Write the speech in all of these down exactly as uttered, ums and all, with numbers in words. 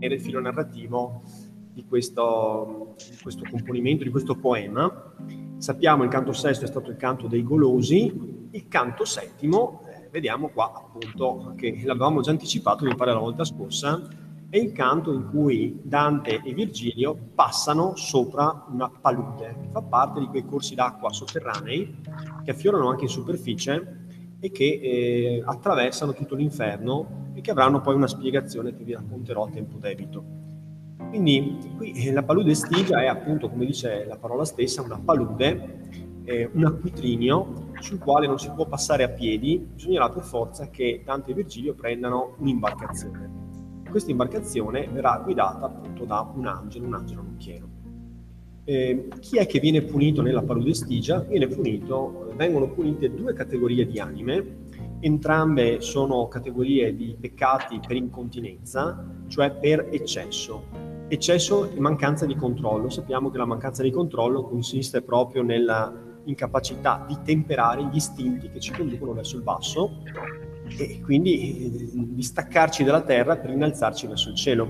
il filo narrativo di questo, di questo componimento, di questo poema. Sappiamo il canto sesto è stato il canto dei golosi, il canto settimo, eh, vediamo qua appunto che l'avevamo già anticipato, mi pare la volta scorsa, è il canto in cui Dante e Virgilio passano sopra una palude, che fa parte di quei corsi d'acqua sotterranei che affiorano anche in superficie e che eh, attraversano tutto l'inferno e che avranno poi una spiegazione che vi racconterò a tempo debito. Quindi qui eh, la palude Stigia è appunto, come dice la parola stessa, una palude, eh, un acquitrinio sul quale non si può passare a piedi, bisognerà per forza che Dante e Virgilio prendano un'imbarcazione. Questa imbarcazione verrà guidata appunto da un angelo, un angelo nunchiero. Eh, chi è che viene punito nella palude Stigia? Viene punito, vengono punite due categorie di anime, entrambe sono categorie di peccati per incontinenza, cioè per eccesso. Eccesso e mancanza di controllo. Sappiamo che la mancanza di controllo consiste proprio nella incapacità di temperare gli istinti che ci conducono verso il basso e quindi eh, di staccarci dalla terra per innalzarci verso il cielo.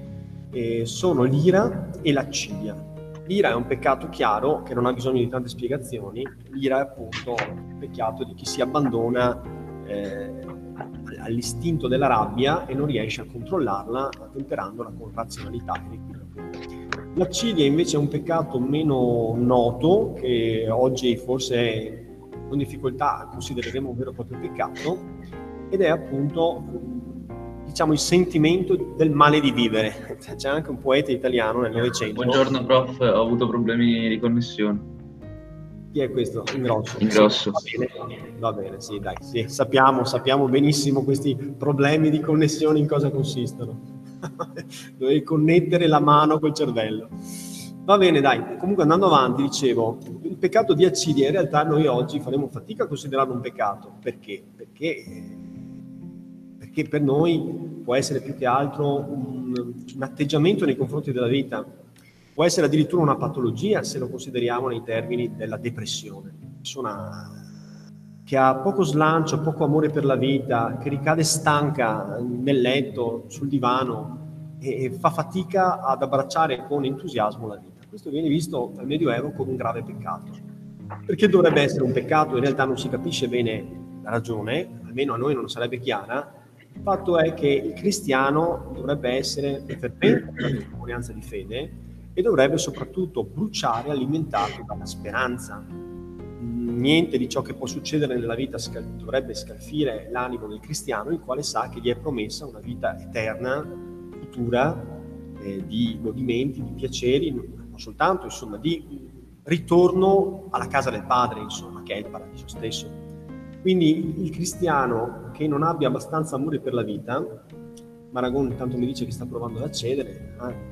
Eh, sono l'ira e l'accidia. L'ira è un peccato chiaro che non ha bisogno di tante spiegazioni. L'ira è appunto il peccato di chi si abbandona eh, all'istinto della rabbia e non riesce a controllarla temperandola con razionalità e equilibrio. L'accidia invece è un peccato meno noto, che oggi forse con difficoltà considereremo un vero e proprio peccato, ed è appunto, diciamo, il sentimento del male di vivere. C'è anche un poeta italiano nel Novecento. Buongiorno prof, ho avuto problemi di connessione. Chi è questo? Ingrosso. Ingrosso. Va bene, va bene, sì, dai, sì. Sappiamo, sappiamo benissimo questi problemi di connessione in cosa consistono. Dovevi connettere la mano col cervello. Va bene, dai. Comunque andando avanti, dicevo, il peccato di accidia in realtà noi oggi faremo fatica a considerarlo un peccato. Perché? Perché, perché per noi può essere più che altro un, un atteggiamento nei confronti della vita. Può essere addirittura una patologia se lo consideriamo nei termini della depressione. Persona che ha poco slancio, poco amore per la vita, che ricade stanca nel letto, sul divano e fa fatica ad abbracciare con entusiasmo la vita. Questo viene visto al Medioevo come un grave peccato. Perché dovrebbe essere un peccato? In realtà non si capisce bene la ragione, almeno a noi non sarebbe chiara. Il fatto è che il cristiano dovrebbe essere fervente nella testimonianza di fede e dovrebbe soprattutto bruciare alimentato dalla speranza. Niente di ciò che può succedere nella vita scal- dovrebbe scalfire l'animo del cristiano, il quale sa che gli è promessa una vita eterna, futura, eh, di godimenti, di piaceri, non soltanto, insomma, di ritorno alla casa del Padre, insomma, che è il paradiso stesso. Quindi il cristiano che non abbia abbastanza amore per la vita, Maragon intanto mi dice che sta provando ad accedere, eh,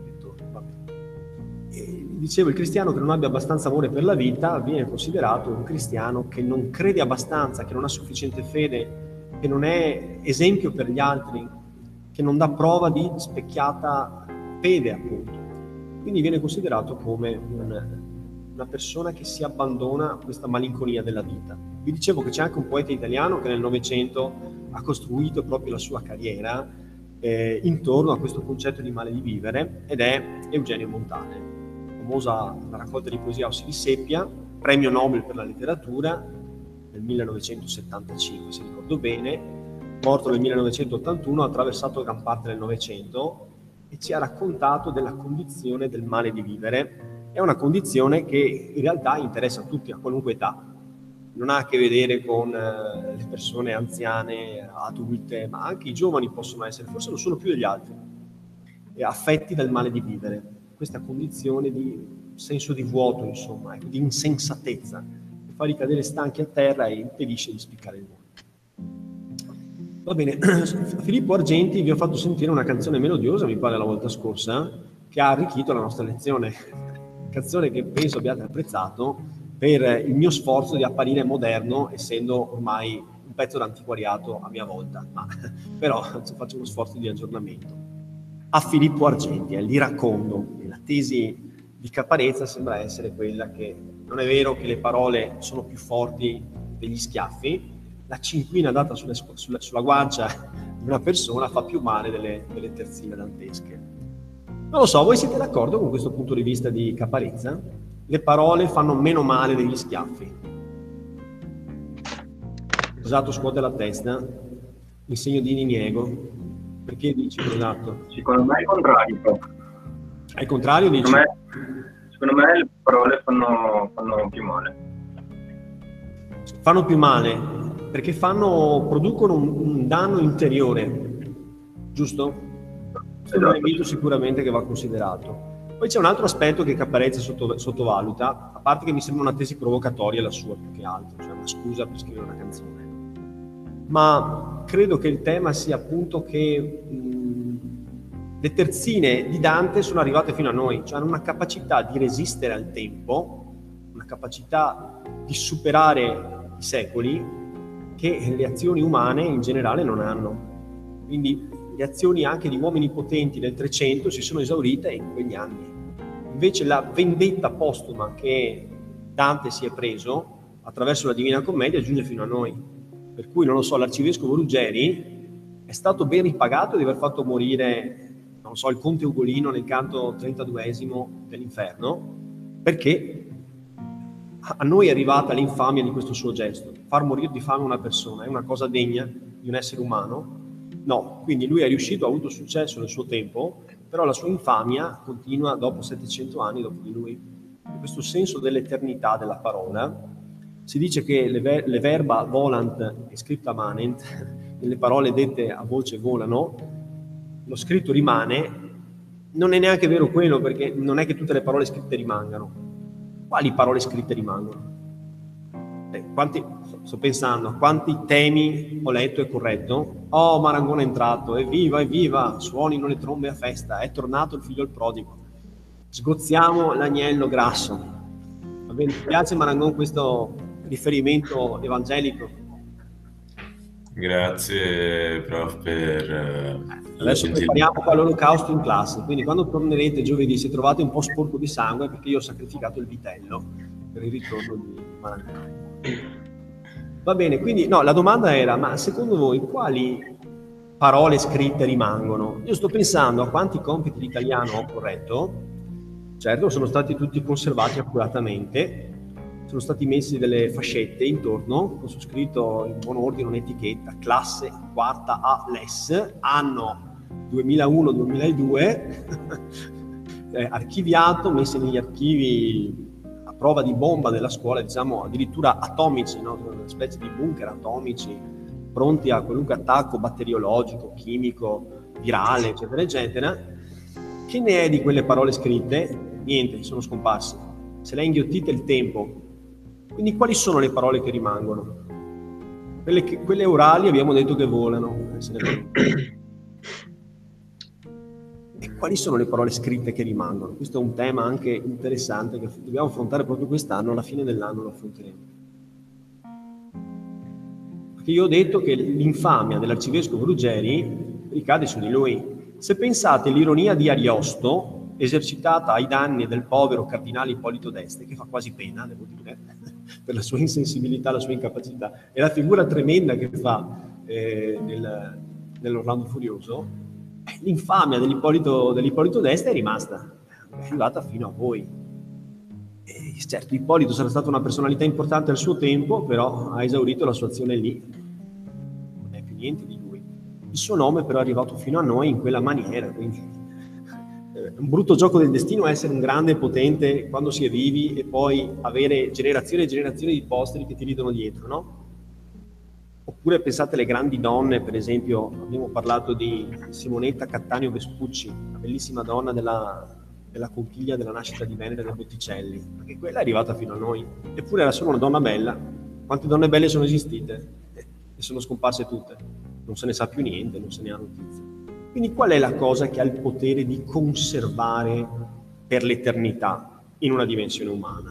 dicevo, il cristiano che non abbia abbastanza amore per la vita viene considerato un cristiano che non crede abbastanza, che non ha sufficiente fede, che non è esempio per gli altri, che non dà prova di specchiata fede, appunto. Quindi viene considerato come un, una persona che si abbandona a questa malinconia della vita. Vi dicevo che c'è anche un poeta italiano che nel Novecento ha costruito proprio la sua carriera eh, intorno a questo concetto di male di vivere, ed è Eugenio Montale. Famosa la raccolta di poesia Ossi di Seppia, premio Nobel per la letteratura nel millenovecentosettantacinque, se ricordo bene, morto nel millenovecentottantuno, ha attraversato gran parte del Novecento e ci ha raccontato della condizione del male di vivere. È una condizione che in realtà interessa a tutti, a qualunque età. Non ha a che vedere con eh, le persone anziane, adulte, ma anche i giovani possono essere, forse lo sono più degli altri, affetti dal male di vivere. Questa condizione di senso di vuoto, insomma, di insensatezza, che fa ricadere stanchi a terra e impedisce di spiccare il volo. Va bene, a Filippo Argenti vi ho fatto sentire una canzone melodiosa, mi pare la volta scorsa, che ha arricchito la nostra lezione. Canzone che penso abbiate apprezzato per il mio sforzo di apparire moderno, essendo ormai un pezzo d'antiquariato a mia volta, ma però faccio uno sforzo di aggiornamento. A Filippo Argenti, è l'iracondo. La tesi di Caparezza sembra essere quella che non è vero che le parole sono più forti degli schiaffi, la cinquina data sulle, sulla, sulla guancia una persona fa più male delle, delle terzine dantesche. Non lo so, voi siete d'accordo con questo punto di vista di Caparezza? Le parole fanno meno male degli schiaffi. Esatto, scuote la testa, in segno di diniego. Perché dici esatto? Secondo me è il contrario. Proprio. È il contrario, dici? Secondo me, secondo me le parole fanno, fanno più male. Fanno più male perché fanno, producono un, un danno interiore, giusto? Questo è un elemento sicuramente che va considerato. Poi c'è un altro aspetto che Caparezza sotto, sottovaluta, a parte che mi sembra una tesi provocatoria la sua più che altro, cioè una scusa per scrivere una canzone. Ma credo che il tema sia appunto che mh, le terzine di Dante sono arrivate fino a noi, cioè hanno una capacità di resistere al tempo, una capacità di superare i secoli che le azioni umane in generale non hanno. Quindi le azioni anche di uomini potenti del trecento si sono esaurite in quegli anni. Invece la vendetta postuma che Dante si è preso attraverso la Divina Commedia giunge fino a noi. Per cui, non lo so, l'arcivescovo Ruggeri è stato ben ripagato di aver fatto morire, non so, il conte Ugolino nel canto trentaduesimo dell'Inferno, perché a noi è arrivata l'infamia di questo suo gesto. Far morire di fame una persona è una cosa degna di un essere umano? No, quindi lui è riuscito, ha avuto successo nel suo tempo, però la sua infamia continua dopo settecento anni dopo di lui. E questo senso dell'eternità della parola, si dice che le, ver- le verba volant e scripta manent, nelle parole dette a voce volano, lo scritto rimane. Non è neanche vero quello, perché non è che tutte le parole scritte rimangano. Quali parole scritte rimangono? Eh, quanti, sto pensando, quanti temi ho letto è corretto? Oh, Marangone è entrato, evviva, evviva, suonino le trombe a festa, è tornato il figlio il prodigo. Sgozziamo l'agnello grasso. Va bene, ti piace Marangone questo riferimento evangelico? Grazie, prof, per... Uh, Adesso prepariamo qua l'olocausto in classe, quindi quando tornerete giovedì, se trovate un po' sporco di sangue, perché io ho sacrificato il vitello per il ritorno di Marangone. Va bene, quindi no, la domanda era, ma secondo voi quali parole scritte rimangono? Io sto pensando a quanti compiti di italiano ho corretto, certo sono stati tutti conservati accuratamente, sono stati messi delle fascette intorno, ho scritto in buon ordine un'etichetta, classe quarta A L E S, anno duemilauno duemiladue, eh, archiviato, messo negli archivi a prova di bomba della scuola, diciamo addirittura atomici, no? Una specie di bunker atomici, pronti a qualunque attacco batteriologico, chimico, virale, eccetera, eccetera. Che ne è di quelle parole scritte? Niente, sono scomparse. Se le ha inghiottite il tempo. Quindi quali sono le parole che rimangono? Quelle, che, quelle orali abbiamo detto che volano. Se ne e quali sono le parole scritte che rimangono? Questo è un tema anche interessante che dobbiamo affrontare proprio quest'anno, alla fine dell'anno lo affronteremo. Perché io ho detto che l'infamia dell'arcivescovo Ruggeri ricade su di lui. Se pensate all'ironia di Ariosto, esercitata ai danni del povero cardinale Ippolito d'Este, che fa quasi pena, devo dire, per la sua insensibilità, la sua incapacità, e la figura tremenda che fa eh, nel, nell'Orlando Furioso, l'infamia dell'Ippolito, dell'Ippolito d'Este è rimasta, è arrivata fino a voi. E certo, Ippolito sarà stata una personalità importante al suo tempo, però ha esaurito la sua azione lì, non è più niente di lui. Il suo nome però è arrivato fino a noi in quella maniera, quindi è un brutto gioco del destino essere un grande e potente quando si è vivi e poi avere generazioni e generazioni di posteri che ti ridono dietro, no? Oppure pensate alle grandi donne, per esempio abbiamo parlato di Simonetta Cattaneo Vespucci, la bellissima donna della, della conchiglia della nascita di Venere da Botticelli, perché quella è arrivata fino a noi, eppure era solo una donna bella. Quante donne belle sono esistite? E sono scomparse tutte, non se ne sa più niente, non se ne ha notizia. Quindi qual è la cosa che ha il potere di conservare per l'eternità in una dimensione umana?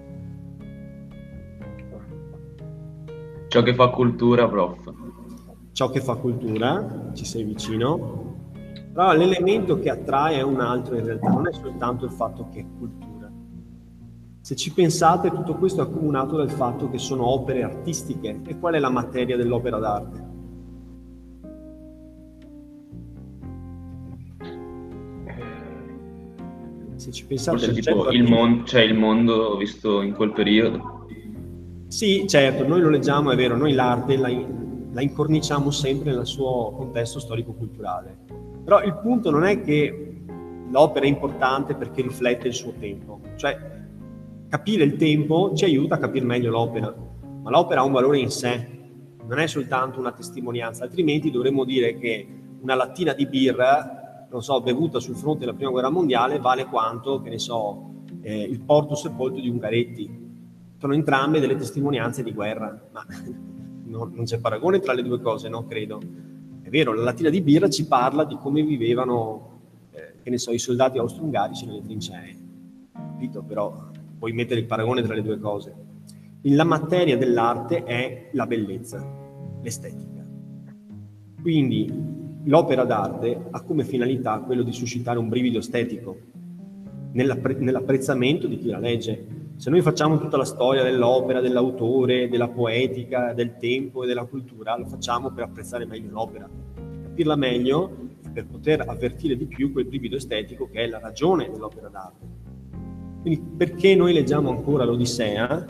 Ciò che fa cultura, prof. Ciò che fa cultura, ci sei vicino, però l'elemento che attrae è un altro in realtà, non è soltanto il fatto che è cultura. Se ci pensate, tutto questo è accomunato dal fatto che sono opere artistiche. E qual è la materia dell'opera d'arte? se ci pensate... Forse tipo il, mon- cioè il mondo visto in quel periodo. Sì, certo, noi lo leggiamo, è vero, noi l'arte la, la incorniciamo sempre nel suo contesto storico-culturale. Però il punto non è che l'opera è importante perché riflette il suo tempo. Cioè, capire il tempo ci aiuta a capire meglio l'opera, ma l'opera ha un valore in sé, non è soltanto una testimonianza, altrimenti dovremmo dire che una lattina di birra, non so, bevuta sul fronte della Prima Guerra Mondiale, vale quanto, che ne so, eh, il porto sepolto di Ungaretti. Sono entrambe delle testimonianze di guerra, ma no, non c'è paragone tra le due cose, no? Credo. È vero, la lattina di birra ci parla di come vivevano, eh, che ne so, i soldati austro-ungarici nelle trincee, capito? Però puoi mettere il paragone tra le due cose. La materia dell'arte è la bellezza, l'estetica. Quindi l'opera d'arte ha come finalità quello di suscitare un brivido estetico nell'appre- nell'apprezzamento di chi la legge. Se noi facciamo tutta la storia dell'opera, dell'autore, della poetica, del tempo e della cultura, lo facciamo per apprezzare meglio l'opera, per capirla meglio e per poter avvertire di più quel brivido estetico che è la ragione dell'opera d'arte. Quindi perché noi leggiamo ancora l'Odissea?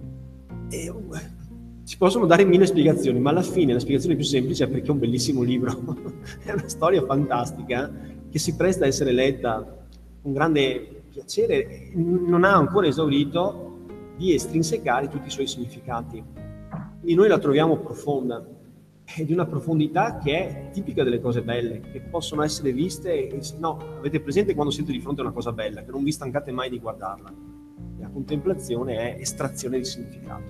E, uh, si possono dare mille spiegazioni, ma alla fine la spiegazione più semplice è perché è un bellissimo libro. È una storia fantastica che si presta a essere letta con grande piacere, non ha ancora esaurito di estrinsecare tutti i suoi significati. E noi la troviamo profonda, è di una profondità che è tipica delle cose belle, che possono essere viste e, no, avete presente quando siete di fronte a una cosa bella, che non vi stancate mai di guardarla. La contemplazione è estrazione di significato.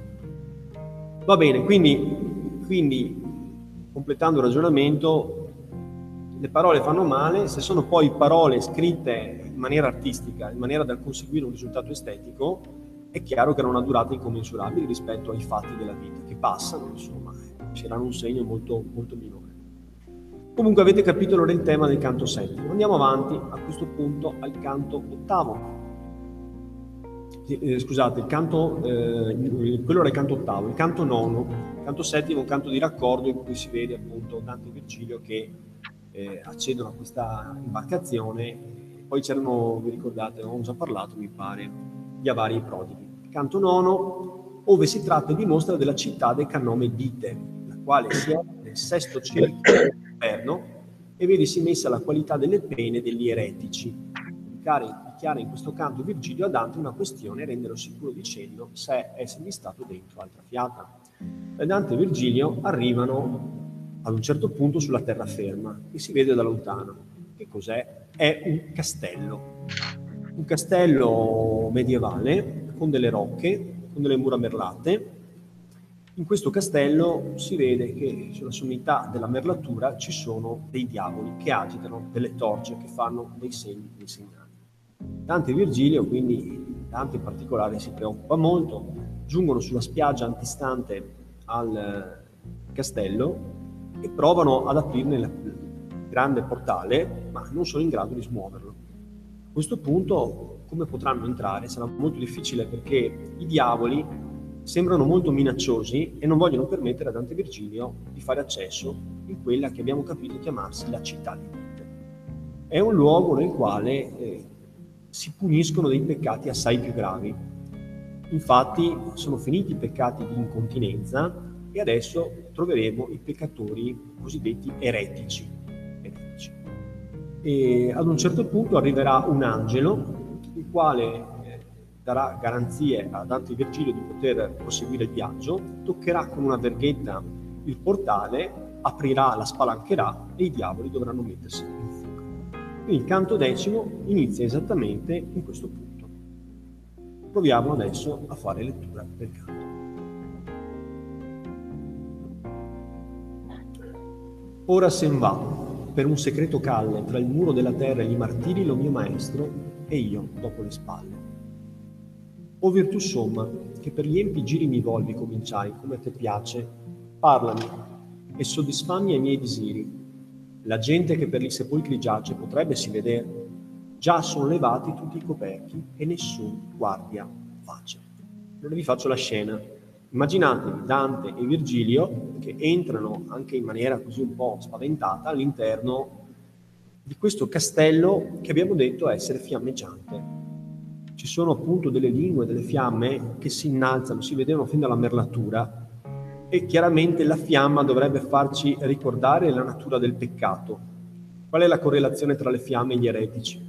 Va bene, quindi, quindi completando il ragionamento, le parole fanno male, se sono poi parole scritte in maniera artistica, in maniera da conseguire un risultato estetico, è chiaro che hanno una durata incommensurabile rispetto ai fatti della vita, che passano, insomma, c'erano un segno molto, molto minore. Comunque avete capito allora il tema del canto settimo. Andiamo avanti a questo punto al canto ottavo. Eh, scusate, il canto, eh, quello era il canto ottavo, il canto nono, il canto settimo è un canto di raccordo in cui si vede appunto Dante e Virgilio che eh, accedono a questa imbarcazione. Poi c'erano, vi ricordate, ho già parlato, mi pare, gli avari e i prodighi. Il canto nono, ove si tratta e dimostra della città del cannome Dite, la quale si è nel sesto cerchio dell'inferno e vedi messa la qualità delle pene degli eretici. Dichiara in questo canto Virgilio a Dante una questione e renderlo sicuro dicendo se essergli stato dentro altra fiata. E Dante e Virgilio arrivano ad un certo punto sulla terraferma e si vede da lontano. Che cos'è? È un castello. Un castello medievale con delle rocche, con delle mura merlate. In questo castello si vede che sulla sommità della merlatura ci sono dei diavoli che agitano delle torce, che fanno dei segni, dei segnali. Dante e Virgilio, quindi Dante in particolare, si preoccupa molto, giungono sulla spiaggia antistante al castello e provano ad aprirne il grande portale, ma non sono in grado di smuoverlo. A questo punto, come potranno entrare? Sarà molto difficile perché i diavoli sembrano molto minacciosi e non vogliono permettere a Dante e Virgilio di fare accesso in quella che abbiamo capito chiamarsi la città di Dite. È un luogo nel quale eh, si puniscono dei peccati assai più gravi. Infatti sono finiti i peccati di incontinenza e adesso troveremo i peccatori cosiddetti eretici. eretici. E ad un certo punto arriverà un angelo, il quale eh, darà garanzie a Dante e Virgilio di poter proseguire il viaggio, toccherà con una verghetta il portale, aprirà, la spalancherà e i diavoli dovranno mettersi in fuga. Quindi il canto decimo inizia esattamente in questo punto. Proviamo adesso a fare lettura del canto. Ora sen va, per un secreto calle, tra il muro della terra e gli martiri, lo mio maestro e io dopo le spalle. O virtù somma, che per gli empi giri mi volvi cominciai, come a te piace, parlami e soddisfammi ai miei desiri. La gente che per i sepolcri giace potrebbe si veder, già son levati tutti i coperchi e nessun guardia face. Allora vi faccio la scena. Immaginatevi Dante e Virgilio che entrano anche in maniera così un po' spaventata all'interno di questo castello che abbiamo detto essere fiammeggiante. Ci sono appunto delle lingue, delle fiamme che si innalzano, si vedevano fin dalla merlatura, e chiaramente la fiamma dovrebbe farci ricordare la natura del peccato. Qual è la correlazione tra le fiamme e gli eretici?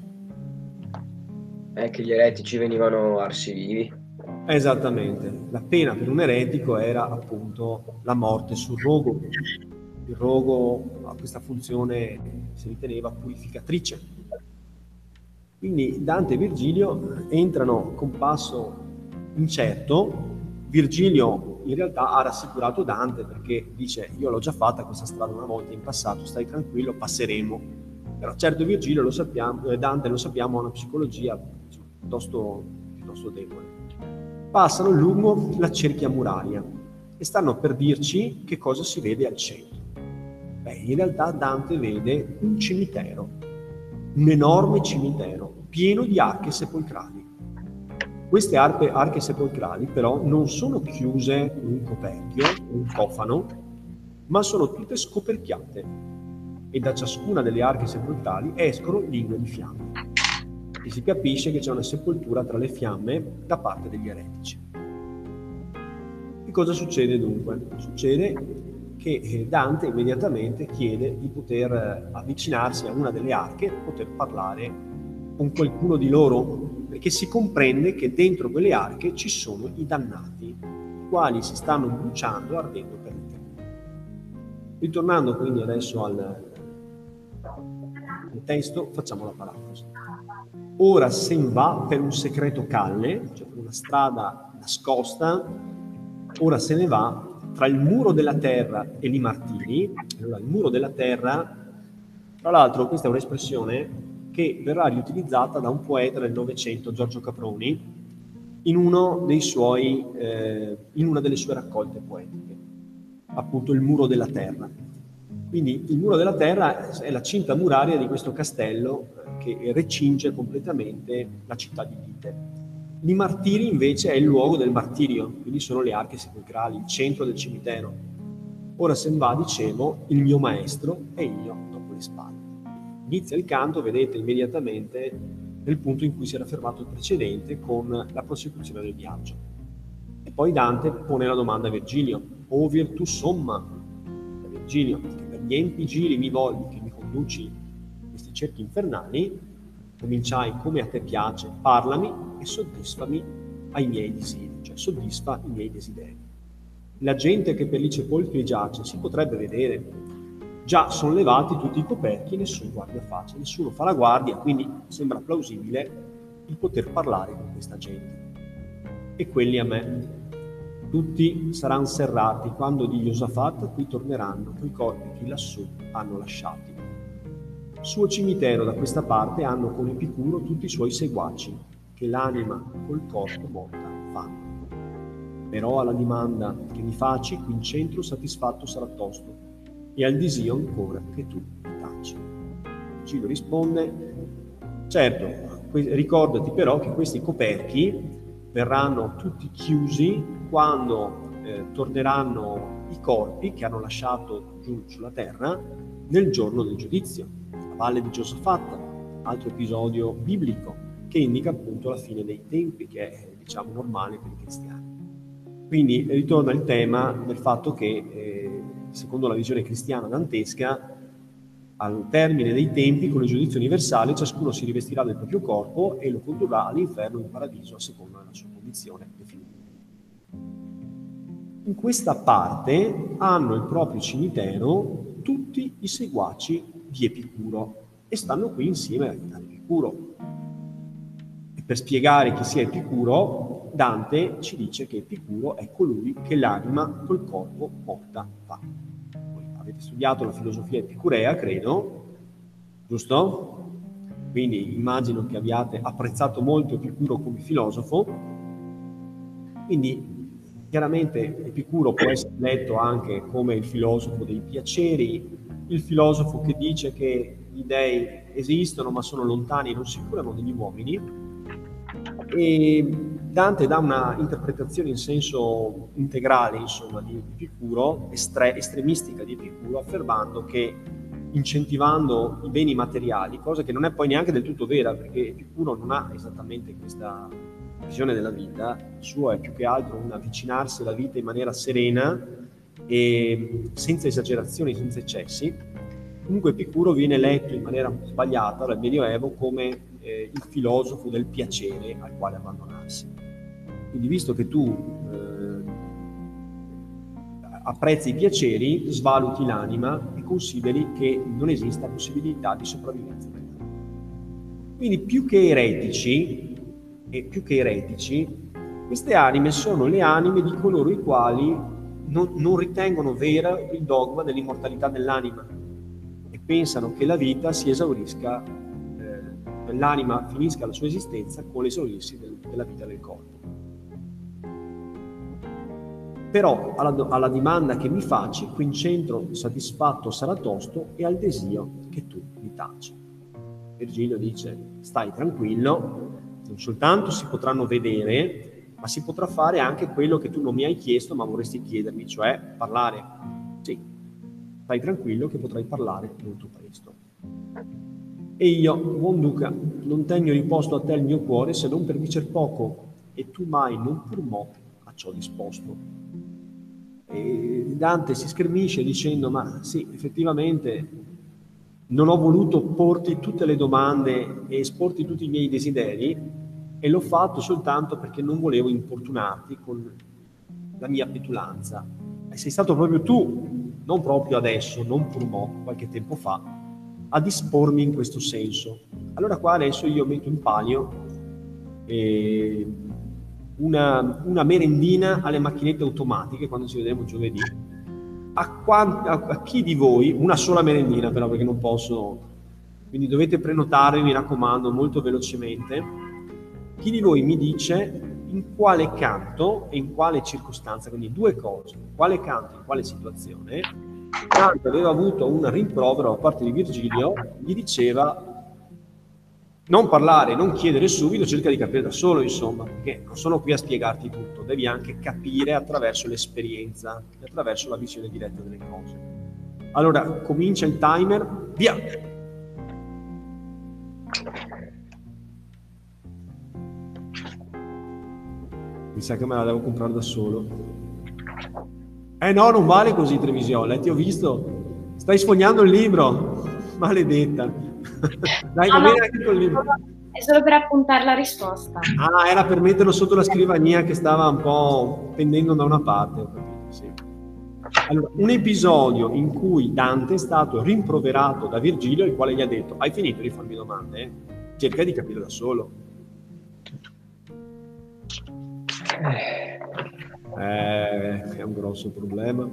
È che gli eretici venivano arsi vivi. Esattamente, la pena per un eretico era appunto la morte sul rogo. Il rogo ha questa funzione, si riteneva, purificatrice. Quindi Dante e Virgilio entrano con passo incerto. Virgilio in realtà ha rassicurato Dante perché dice: io l'ho già fatta questa strada una volta in passato, stai tranquillo, passeremo. Però certo Virgilio lo sappiamo, Dante lo sappiamo, ha una psicologia piuttosto, piuttosto debole. Passano lungo la cerchia muraria e stanno per dirci che cosa si vede al centro. Beh, in realtà Dante vede un cimitero, un enorme cimitero pieno di arche sepolcrali. Queste arche, arche sepolcrali però non sono chiuse con un coperchio, un cofano, ma sono tutte scoperchiate e da ciascuna delle arche sepolcrali escono lingue di fiamme. E si capisce che c'è una sepoltura tra le fiamme da parte degli eretici. E cosa succede dunque? Succede che Dante immediatamente chiede di poter avvicinarsi a una delle arche, poter parlare con qualcuno di loro, perché si comprende che dentro quelle arche ci sono i dannati, i quali si stanno bruciando, ardendo per l'Eterno. Ritornando quindi adesso al, al testo, facciamo la parafrasi. Ora sen va per un secreto calle, cioè per una strada nascosta, ora se ne va tra il muro della terra e i martiri. Allora, il muro della terra, tra l'altro questa è un'espressione che verrà riutilizzata da un poeta del Novecento, Giorgio Caproni, in, uno dei suoi, eh, in una delle sue raccolte poetiche, appunto il muro della terra. Quindi il muro della terra è la cinta muraria di questo castello che recinge completamente la città di Lite. I martiri invece è il luogo del martirio, quindi sono le arche sepolcrali, il centro del cimitero. Ora se ne va, dicevo, il mio maestro e io dopo le spalle. Inizia il canto, vedete immediatamente nel punto in cui si era fermato il precedente con la prosecuzione del viaggio. E poi Dante pone la domanda a Virgilio: o virtù somma, Virgilio, che per gli empi giri mi vogli che mi conduci in questi cerchi infernali, cominciai come a te piace, parlami e soddisfami ai miei desideri, cioè soddisfa i miei desideri. La gente che per i sepolcri giace si potrebbe vedere, già sono levati tutti i coperchi e nessun guardia faccia, nessuno fa la guardia, quindi sembra plausibile il poter parlare con questa gente. E quelli a me, tutti saranno serrati quando di Iosafat qui torneranno coi corpi che lassù hanno lasciati. Suo cimitero da questa parte hanno con Epicuro tutti i suoi seguaci, che l'anima col corpo morta fanno. Però alla domanda che mi faci, qui in centro satisfatto sarà tosto, e al disio ancora che tu mi taci. Cilo risponde: certo, ricordati però che questi coperchi verranno tutti chiusi quando eh, torneranno i corpi che hanno lasciato giù sulla terra nel giorno del giudizio, la valle di Giosafat, altro episodio biblico che indica appunto la fine dei tempi, che è diciamo normale per i cristiani. Quindi ritorna il tema del fatto che eh, secondo la visione cristiana dantesca, al termine dei tempi, con il giudizio universale, ciascuno si rivestirà del proprio corpo e lo condurrà all'inferno o in paradiso a seconda della sua condizione definitiva. In questa parte hanno il proprio cimitero tutti i seguaci di Epicuro e stanno qui insieme ad Epicuro. E per spiegare chi sia Epicuro, Dante ci dice che Epicuro è colui che l'anima col corpo morta fa. Voi avete studiato la filosofia epicurea, credo, giusto? Quindi immagino che abbiate apprezzato molto Epicuro come filosofo. Quindi chiaramente Epicuro può essere letto anche come il filosofo dei piaceri, il filosofo che dice che gli dei esistono ma sono lontani e non si curano degli uomini. E Dante dà una interpretazione in senso integrale, insomma, di Epicuro, estre- estremistica di Epicuro, affermando che incentivando i beni materiali, cosa che non è poi neanche del tutto vera, perché Epicuro non ha esattamente questa visione della vita. Il suo è più che altro un avvicinarsi alla vita in maniera serena e senza esagerazioni, senza eccessi. Comunque Epicuro viene letto in maniera sbagliata dal Medioevo come eh, il filosofo del piacere al quale abbandonarsi. Quindi, visto che tu eh, apprezzi i piaceri, svaluti l'anima e consideri che non esista possibilità di sopravvivenza dell'anima. Quindi più che eretici, e più che eretici, queste anime sono le anime di coloro i quali non, non ritengono vera il dogma dell'immortalità dell'anima e pensano che la vita si esaurisca, eh, l'anima finisca la sua esistenza con l'esaurirsi del, della vita del corpo. Però alla, alla domanda che mi facci, qui in centro soddisfatto sarà tosto e al desio che tu mi taci. Virgilio dice: stai tranquillo, non soltanto si potranno vedere, ma si potrà fare anche quello che tu non mi hai chiesto ma vorresti chiedermi, cioè parlare. Sì, stai tranquillo che potrai parlare molto presto. E io, buon duca, non tengo riposto a te il mio cuore se non per dicer poco, e tu mai non pur mo a ciò disposto. E Dante si schermisce dicendo: ma sì, effettivamente non ho voluto porti tutte le domande e esporti tutti i miei desideri, e l'ho fatto soltanto perché non volevo importunarti con la mia petulanza. E sei stato proprio tu, non proprio adesso, non pur mo, qualche tempo fa, a dispormi in questo senso. Allora qua adesso io metto in palio eh, Una, una merendina alle macchinette automatiche quando ci vedremo giovedì. A, quant, a, a chi di voi, una sola merendina però, perché non posso, quindi dovete prenotare, mi raccomando, molto velocemente. Chi di voi mi dice in quale canto e in quale circostanza, quindi due cose, in quale canto e in quale situazione Dante aveva avuto un rimprovero da parte di Virgilio, gli diceva: non parlare, non chiedere subito, cerca di capire da solo, insomma, perché non sono qui a spiegarti tutto, devi anche capire attraverso l'esperienza, attraverso la visione diretta delle cose. Allora, comincia il timer, via! Mi sa che me la devo comprare da solo. Eh no, non vale così, Trevisiola, ti ho visto, stai sfogliando il libro, maledetta. Dai, no, va bene no, anche col libro. È solo per appuntare la risposta. Ah, era per metterlo sotto la scrivania che stava un po' pendendo da una parte, ho capito, sì. Allora, un episodio in cui Dante è stato rimproverato da Virgilio, il quale gli ha detto: hai finito di farmi domande? Eh? Cerca di capire da solo. Eh, è un grosso problema.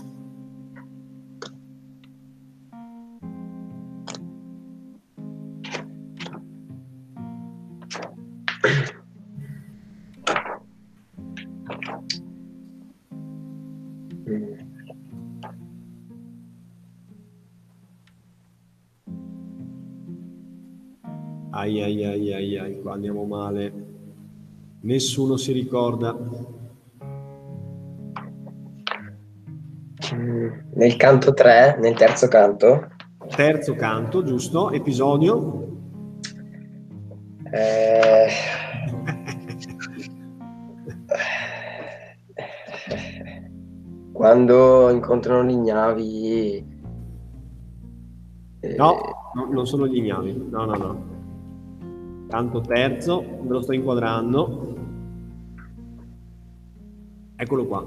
Ai ai ai ai ai, qua andiamo male. Nessuno si ricorda. Nel canto tre, nel terzo canto. Terzo canto, giusto? Episodio? Eh... Quando incontrano gli ignavi. Eh... No, no, non sono gli ignavi. No, no, no. Canto terzo, me lo sto inquadrando. Eccolo qua.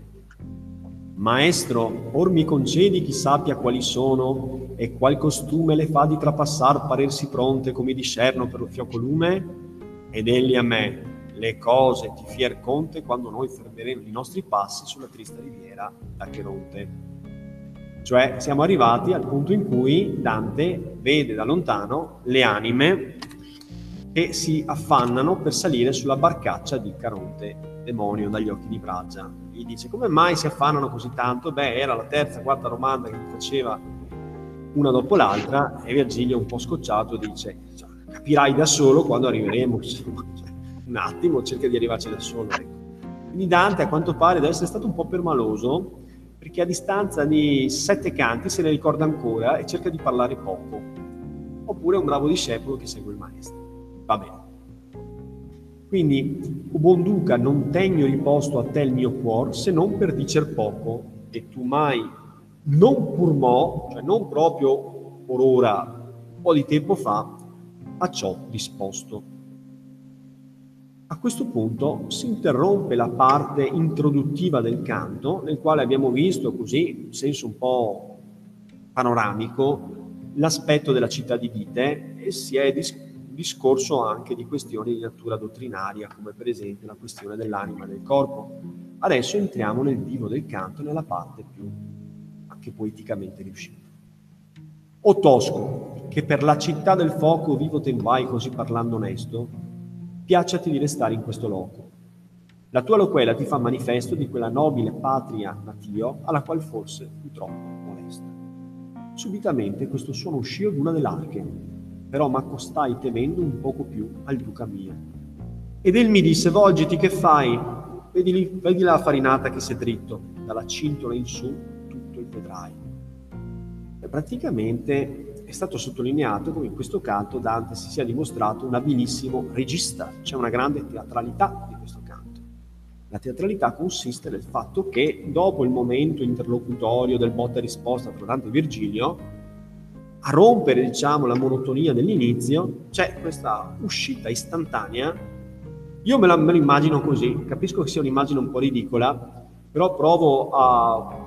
Maestro, or mi concedi chi sappia quali sono e qual costume le fa di trapassar parersi pronte come discerno per lo fioco lume? Ed egli a me, le cose ti fier conte quando noi fermeremo i nostri passi sulla trista riviera d'Acheronte. Cioè siamo arrivati al punto in cui Dante vede da lontano le anime che si affannano per salire sulla barcaccia di Caronte, demonio dagli occhi di Bragia. Gli dice: come mai si affannano così tanto? Beh, era la terza, quarta domanda che gli faceva una dopo l'altra, e Virgilio, un po' scocciato, dice: cioè, capirai da solo quando arriveremo, insomma, cioè, un attimo, cerca di arrivarci da solo. Ecco. Quindi Dante, a quanto pare, deve essere stato un po' permaloso perché a distanza di sette canti se ne ricorda ancora e cerca di parlare poco. Oppure è un bravo discepolo che segue il maestro. Va bene. Quindi, o buon duca, non tegno riposto a te il mio cuor, se non per dicer poco, e tu mai non pur mo, cioè non proprio or ora, un po' di tempo fa, a ciò disposto. A questo punto si interrompe la parte introduttiva del canto, nel quale abbiamo visto così, in senso un po' panoramico, l'aspetto della città di Dite, e si è dis- discorso anche di questioni di natura dottrinaria, come per esempio la questione dell'anima e del corpo. Adesso entriamo nel vivo del canto, nella parte più anche poeticamente riuscita. O Tosco, che per la città del fuoco vivo te vai così parlando onesto, piacciati di restare in questo loco. La tua loquela ti fa manifesto di quella nobile patria natio, alla qual forse fu troppo molesta. Subitamente questo suono uscì ad una dell'arche, però m'accostai temendo un poco più al duca mio. Ed egli mi disse, volgiti, che fai? Vedi, lì, vedi la farinata che si è dritto, dalla cintola in su tutto il vedrai. E praticamente è stato sottolineato come in questo canto Dante si sia dimostrato un abilissimo regista. C'è una grande teatralità di questo canto. La teatralità consiste nel fatto che dopo il momento interlocutorio del botta e risposta tra Dante e Virgilio, a rompere, diciamo, la monotonia dell'inizio, c'è questa uscita istantanea. Io me la, me la immagino così, capisco che sia un'immagine un po' ridicola, però provo a,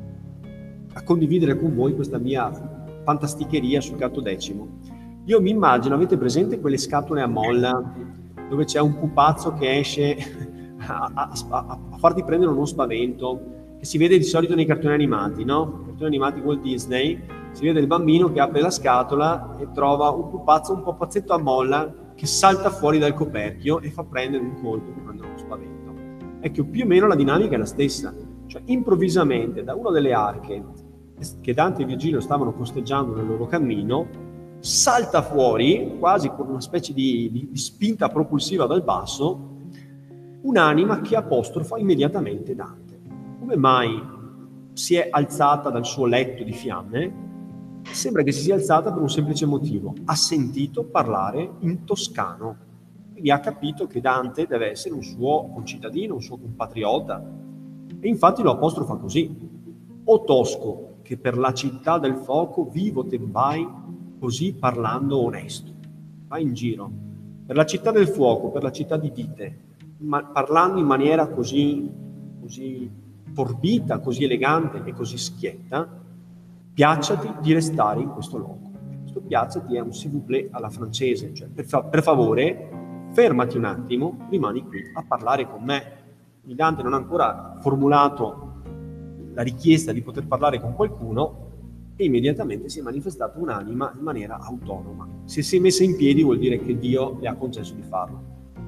a condividere con voi questa mia fantasticheria sul canto decimo. Io mi immagino, avete presente quelle scatole a molla, dove c'è un pupazzo che esce a, a, a, a farti prendere uno spavento, che si vede di solito nei cartoni animati, no? Cartoni animati Walt Disney, si vede il bambino che apre la scatola e trova un pupazzo, un pupazzetto a molla che salta fuori dal coperchio e fa prendere un colpo, fa prendere uno spavento. Ecco, più o meno la dinamica è la stessa. Cioè, improvvisamente, da una delle arche che Dante e Virgilio stavano costeggiando nel loro cammino, salta fuori, quasi con una specie di, di, di spinta propulsiva dal basso, un'anima che apostrofa immediatamente Dante. Come mai si è alzata dal suo letto di fiamme? Sembra che si sia alzata per un semplice motivo: ha sentito parlare in toscano, quindi ha capito che Dante deve essere un suo concittadino, un suo compatriota, e infatti lo apostrofa così: o Tosco, che per la città del fuoco vivo te vai così parlando onesto. Vai in giro per la città del fuoco, per la città di Dite, ma parlando in maniera così, così forbita, così elegante e così schietta. Piacciati di restare in questo luogo. Questo piacciati è un s'il vous plaît alla francese, cioè per, fa- per favore fermati un attimo, rimani qui a parlare con me. Il Dante non ha ancora formulato la richiesta di poter parlare con qualcuno e immediatamente si è manifestata un'anima in maniera autonoma. Se si è messa in piedi vuol dire che Dio le ha concesso di farlo.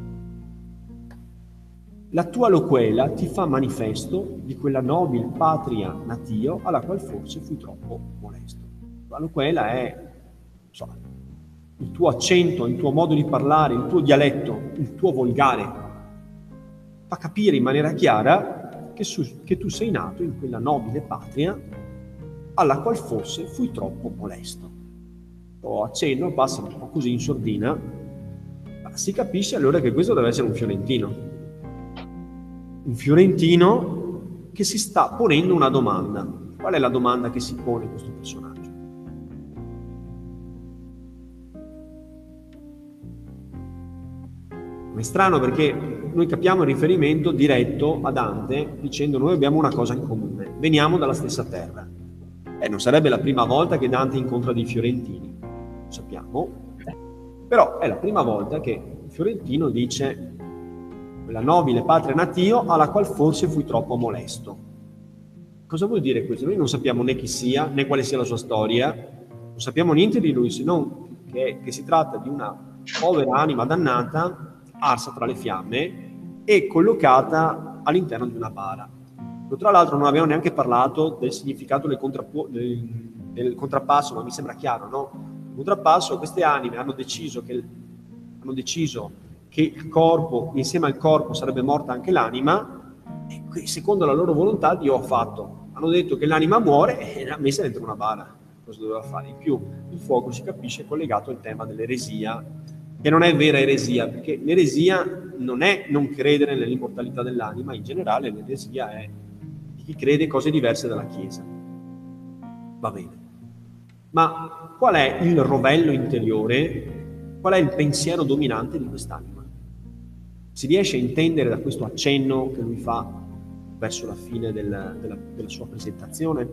La tua loquela ti fa manifesto di quella nobile patria natio alla qual forse fui troppo molesto. La loquela è, so, il tuo accento, il tuo modo di parlare, il tuo dialetto, il tuo volgare. Fa capire in maniera chiara che, su, che tu sei nato in quella nobile patria alla qual forse fui troppo molesto. Lo accenno, passa un po' così in sordina, ma si capisce allora che questo deve essere un fiorentino. Un fiorentino che si sta ponendo una domanda. Qual è la domanda che si pone questo personaggio? È strano perché noi capiamo il riferimento diretto a Dante dicendo noi abbiamo una cosa in comune, veniamo dalla stessa terra. Eh, non sarebbe la prima volta che Dante incontra dei fiorentini, lo sappiamo, però è la prima volta che un fiorentino dice quella nobile patria natio alla qual forse fui troppo molesto. Cosa vuol dire questo? Noi non sappiamo né chi sia, né quale sia la sua storia, non sappiamo niente di lui, se non che, che si tratta di una povera anima dannata, arsa tra le fiamme e collocata all'interno di una bara. Tra l'altro non abbiamo neanche parlato del significato del, contrappo- del, del contrappasso, ma mi sembra chiaro, no? Il contrappasso, queste anime hanno deciso che, hanno deciso che il corpo, insieme al corpo sarebbe morta anche l'anima, e secondo la loro volontà Dio ha fatto, ha hanno detto che l'anima muore e l'ha messa dentro una bara. Cosa doveva fare? In più, il fuoco, si capisce, è collegato al tema dell'eresia, che non è vera eresia, perché l'eresia non è non credere nell'immortalità dell'anima, in generale l'eresia è di chi crede cose diverse dalla Chiesa. Va bene. Ma qual è il rovello interiore? Qual è il pensiero dominante di quest'anima? Si riesce a intendere da questo accenno che lui fa verso la fine del, della, della sua presentazione?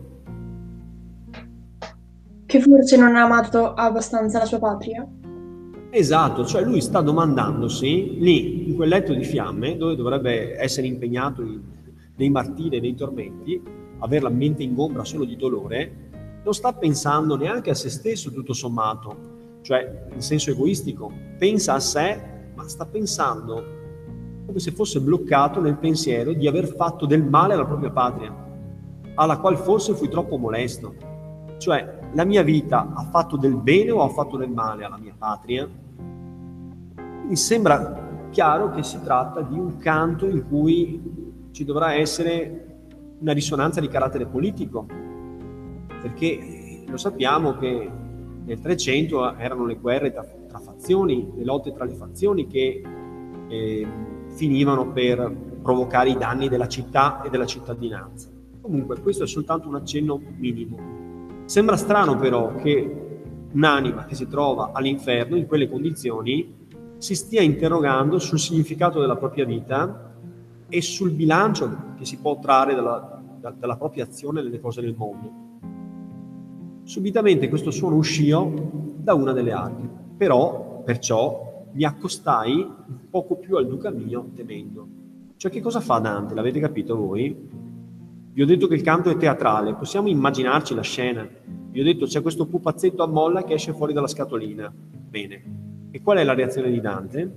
Che forse non ha amato abbastanza la sua patria? Esatto, cioè lui sta domandandosi lì, in quel letto di fiamme, dove dovrebbe essere impegnato in, nei martiri e nei tormenti, avere la mente ingombra solo di dolore, non sta pensando neanche a se stesso tutto sommato, cioè in senso egoistico, pensa a sé, ma sta pensando come se fosse bloccato nel pensiero di aver fatto del male alla propria patria, alla quale forse fui troppo molesto. Cioè, la mia vita ha fatto del bene o ha fatto del male alla mia patria? Mi sembra chiaro che si tratta di un canto in cui ci dovrà essere una risonanza di carattere politico, perché lo sappiamo che nel Trecento erano le guerre tra, tra fazioni, le lotte tra le fazioni che eh, finivano per provocare i danni della città e della cittadinanza. Comunque questo è soltanto un accenno minimo. Sembra strano però che un'anima che si trova all'inferno in quelle condizioni si stia interrogando sul significato della propria vita e sul bilancio che si può trarre dalla, da, dalla propria azione nelle cose del mondo. Subitamente questo suono uscì da una delle arche, però perciò mi accostai un poco più al duca mio temendo. Cioè, che cosa fa Dante? L'avete capito voi? Vi ho detto che il canto è teatrale, possiamo immaginarci la scena. Vi ho detto c'è questo pupazzetto a molla che esce fuori dalla scatolina. Bene. E qual è la reazione di Dante?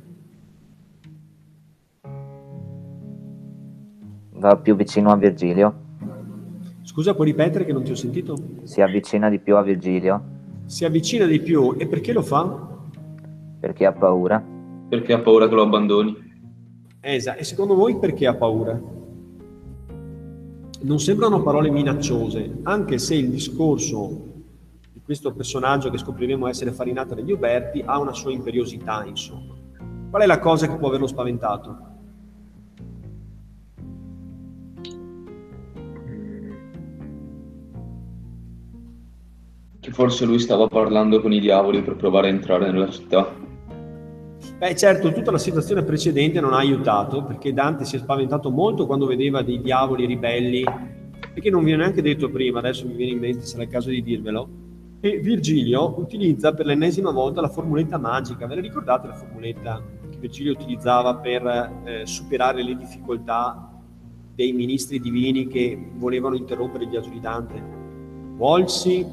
Va più vicino a Virgilio. Scusa, puoi ripetere che non ti ho sentito? Si avvicina di più a Virgilio. Si avvicina di più. E perché lo fa? Perché ha paura. Perché ha paura che lo abbandoni. Esatto. E secondo voi perché ha paura? Non sembrano parole minacciose, anche se il discorso di questo personaggio che scopriremo essere Farinata degli Uberti ha una sua imperiosità, insomma. Qual è la cosa che può averlo spaventato? Che forse lui stava parlando con i diavoli per provare a entrare nella città. Beh, certo, tutta la situazione precedente non ha aiutato, perché Dante si è spaventato molto quando vedeva dei diavoli ribelli, perché non vi ho neanche detto prima, adesso mi viene in mente, sarà il caso di dirvelo, e Virgilio utilizza per l'ennesima volta la formuletta magica. Ve la ricordate la formuletta che Virgilio utilizzava per eh, superare le difficoltà dei ministri divini che volevano interrompere il viaggio di Dante? Volsi,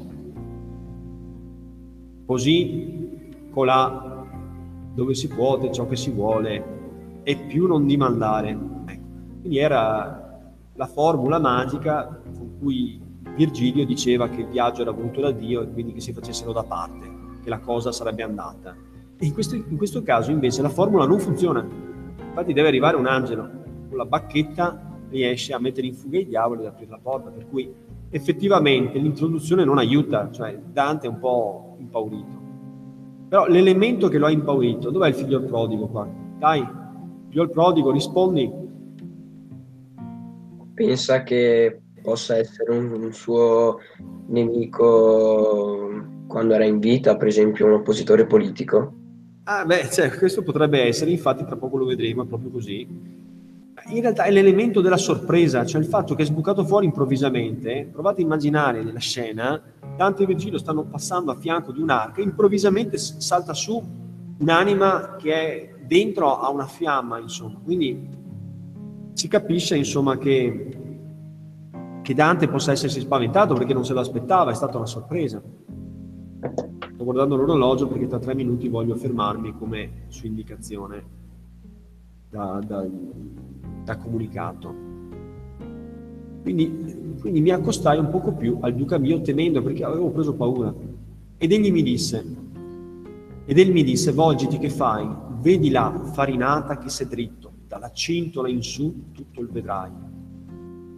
così, colà, dove si può, ciò che si vuole, e più non dimandare. Ecco. Quindi era la formula magica con cui Virgilio diceva che il viaggio era voluto da Dio e quindi che si facessero da parte, che la cosa sarebbe andata. E in questo, in questo caso invece la formula non funziona. Infatti deve arrivare un angelo, con la bacchetta riesce a mettere in fuga i diavoli e ad aprire la porta, per cui effettivamente l'introduzione non aiuta, cioè Dante è un po' impaurito. Però l'elemento che lo ha impaurito, dov'è il figlio prodigo qua? Dai, figlio prodigo, rispondi. Pensa che possa essere un, un suo nemico quando era in vita, per esempio un oppositore politico? Ah beh, cioè, questo potrebbe essere, infatti tra poco lo vedremo, è proprio così. In realtà è l'elemento della sorpresa, cioè il fatto che è sbucato fuori improvvisamente. Provate a immaginare nella scena, Dante e Virgilio stanno passando a fianco di un'arca, improvvisamente salta su un'anima che è dentro a una fiamma, insomma. Quindi si capisce, insomma, che, che Dante possa essersi spaventato perché non se l'aspettava, è stata una sorpresa. Sto guardando l'orologio perché tra tre minuti voglio fermarmi come su indicazione da, da, da comunicato. Quindi, quindi mi accostai un poco più al duca mio temendo perché avevo preso paura. Ed egli mi disse, ed egli mi disse, volgiti che fai, vedi là Farinata che sei dritto, dalla cintola in su tutto il vedrai.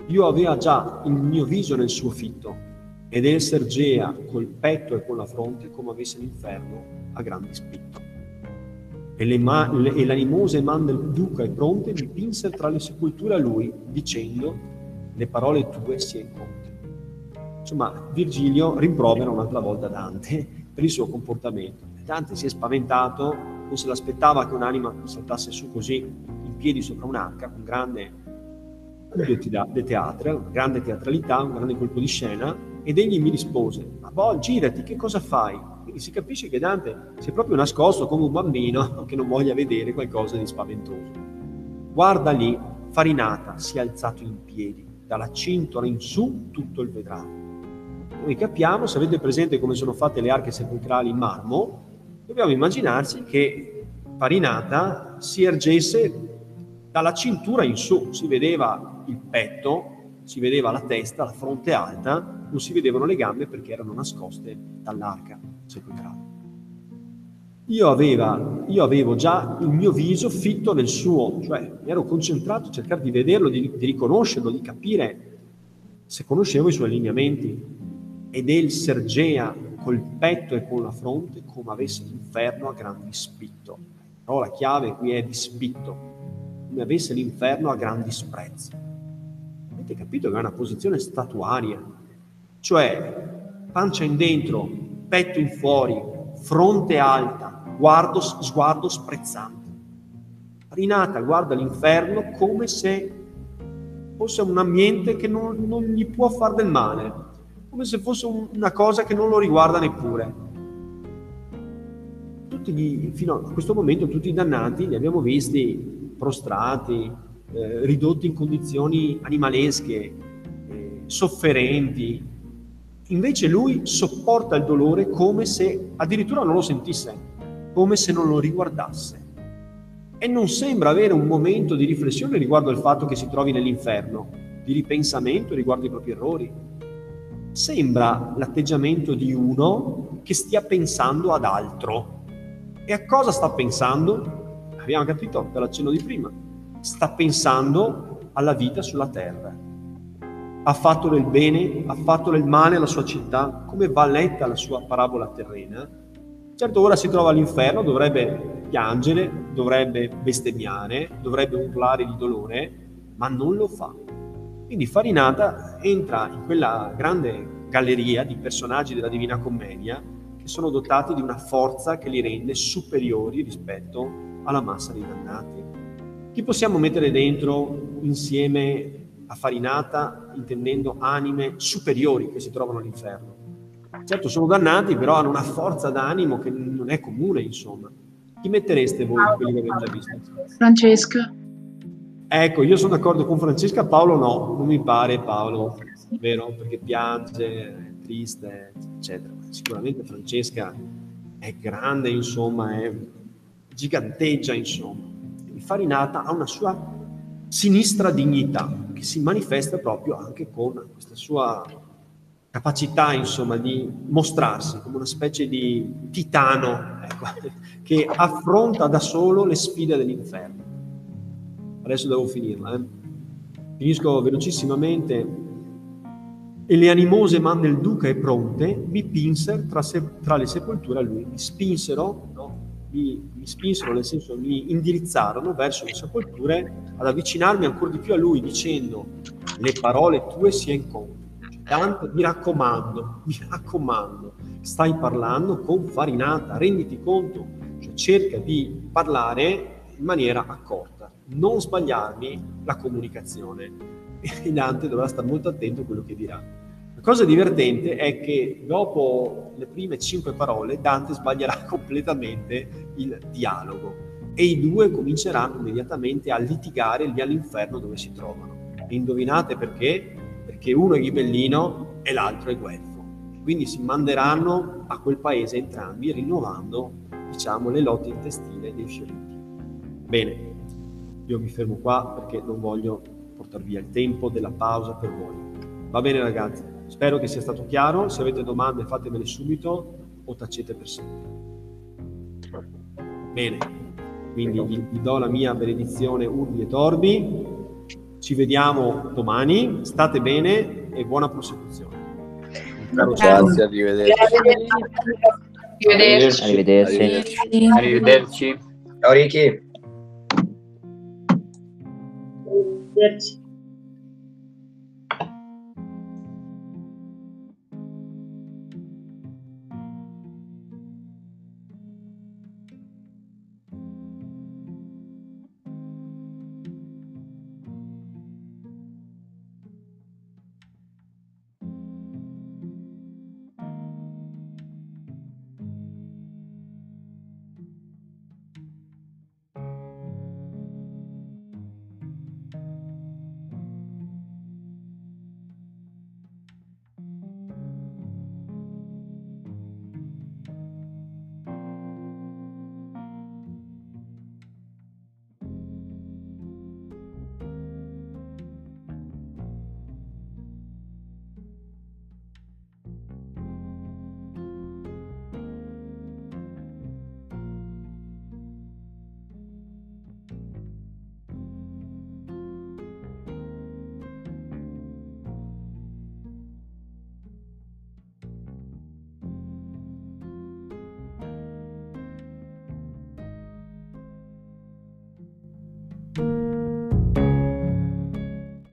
Io aveva già il mio viso nel suo fitto, ed el sergea col petto e con la fronte come avesse l'inferno a grandi spitto. E, le ma- le- e l'animose man del duca e pronte mi pinse tra le sepolture a lui, dicendo: le parole tue sia in conte. Insomma, Virgilio rimprovera un'altra volta Dante per il suo comportamento. Dante si è spaventato, non se l'aspettava che un'anima saltasse su così in piedi sopra un'arca, con grande de teatro, una grande teatralità, un grande colpo di scena, ed egli mi rispose: ma boh, girati, che cosa fai? Quindi si capisce che Dante si è proprio nascosto come un bambino che non voglia vedere qualcosa di spaventoso. Guarda lì, Farinata si è alzato in piedi, dalla cintola in su tutto il vedrà. Noi capiamo, se avete presente come sono fatte le arche sepolcrali in marmo, dobbiamo immaginarci che Farinata si ergesse dalla cintura in su, si vedeva il petto, si vedeva la testa, la fronte alta, non si vedevano le gambe perché erano nascoste dall'arca sepolcrale. Io, aveva, io avevo già il mio viso fitto nel suo, cioè mi ero concentrato a cercare di vederlo, di, di riconoscerlo, di capire se conoscevo i suoi lineamenti. Ed el sergea col petto e con la fronte come avesse l'inferno a grandi spitto. Però la chiave qui è di spitto, come avesse l'inferno a grandi sprezzi. Avete capito che è una posizione statuaria, cioè pancia in dentro, petto in fuori, fronte alta, guardo, sguardo sprezzante. Farinata guarda l'inferno come se fosse un ambiente che non, non gli può far del male, come se fosse un, una cosa che non lo riguarda neppure. Tutti gli, fino a questo momento tutti i dannati li abbiamo visti prostrati, eh, ridotti in condizioni animalesche, eh, sofferenti. Invece lui sopporta il dolore come se addirittura non lo sentisse, come se non lo riguardasse. E non sembra avere un momento di riflessione riguardo al fatto che si trovi nell'inferno, di ripensamento riguardo ai propri errori. Sembra l'atteggiamento di uno che stia pensando ad altro. E a cosa sta pensando? Abbiamo capito dall'accenno di prima. Sta pensando alla vita sulla terra. Ha fatto del bene, ha fatto del male alla sua città, come va letta la sua parabola terrena. Certo, ora si trova all'inferno, dovrebbe piangere, dovrebbe bestemmiare, dovrebbe urlare di dolore, ma non lo fa. Quindi Farinata entra in quella grande galleria di personaggi della Divina Commedia che sono dotati di una forza che li rende superiori rispetto alla massa dei dannati. Chi possiamo mettere dentro insieme a Farinata, intendendo anime superiori che si trovano all'inferno? Certo, sono dannati, però hanno una forza d'animo che non è comune, insomma. Chi mettereste voi, quelli che abbiamo già visto? Francesca. Ecco, io sono d'accordo con Francesca, Paolo no, non mi pare Paolo, vero? Perché piange, è triste, eccetera. Sicuramente Francesca è grande, insomma, è giganteggia, insomma. E Farinata ha una sua sinistra dignità che si manifesta proprio anche con questa sua capacità, insomma, di mostrarsi come una specie di titano, ecco, che affronta da solo le sfide dell'inferno. Adesso devo finirla, eh. Finisco velocissimamente. E le animose man del duca e pronte mi pinser tra, se, tra le sepolture a lui. Mi spinsero, no? mi, mi spinsero, nel senso mi indirizzarono verso le sepolture ad avvicinarmi ancora di più a lui, dicendo: le parole tue sia in conto. Dante, mi raccomando, mi raccomando, stai parlando con Farinata, renditi conto, cioè cerca di parlare in maniera accorta, non sbagliarmi la comunicazione. E Dante dovrà stare molto attento a quello che dirà. La cosa divertente è che dopo le prime cinque parole Dante sbaglierà completamente il dialogo e i due cominceranno immediatamente a litigare lì all'inferno dove si trovano. E indovinate perché? Perché uno è ghibellino e l'altro è guelfo. Quindi si manderanno a quel paese entrambi, rinnovando, diciamo, le lotte intestine dei fioriti. Bene, io mi fermo qua perché non voglio portare via il tempo della pausa per voi. Va bene ragazzi, spero che sia stato chiaro. Se avete domande fatemele subito o tacete per sempre. Bene, quindi vi, vi do la mia benedizione urbi et orbi. Ci vediamo domani, state bene e buona prosecuzione. Grazie, arrivederci. Arrivederci. Arrivederci. Arrivederci. Ciao Ricky. Arrivederci.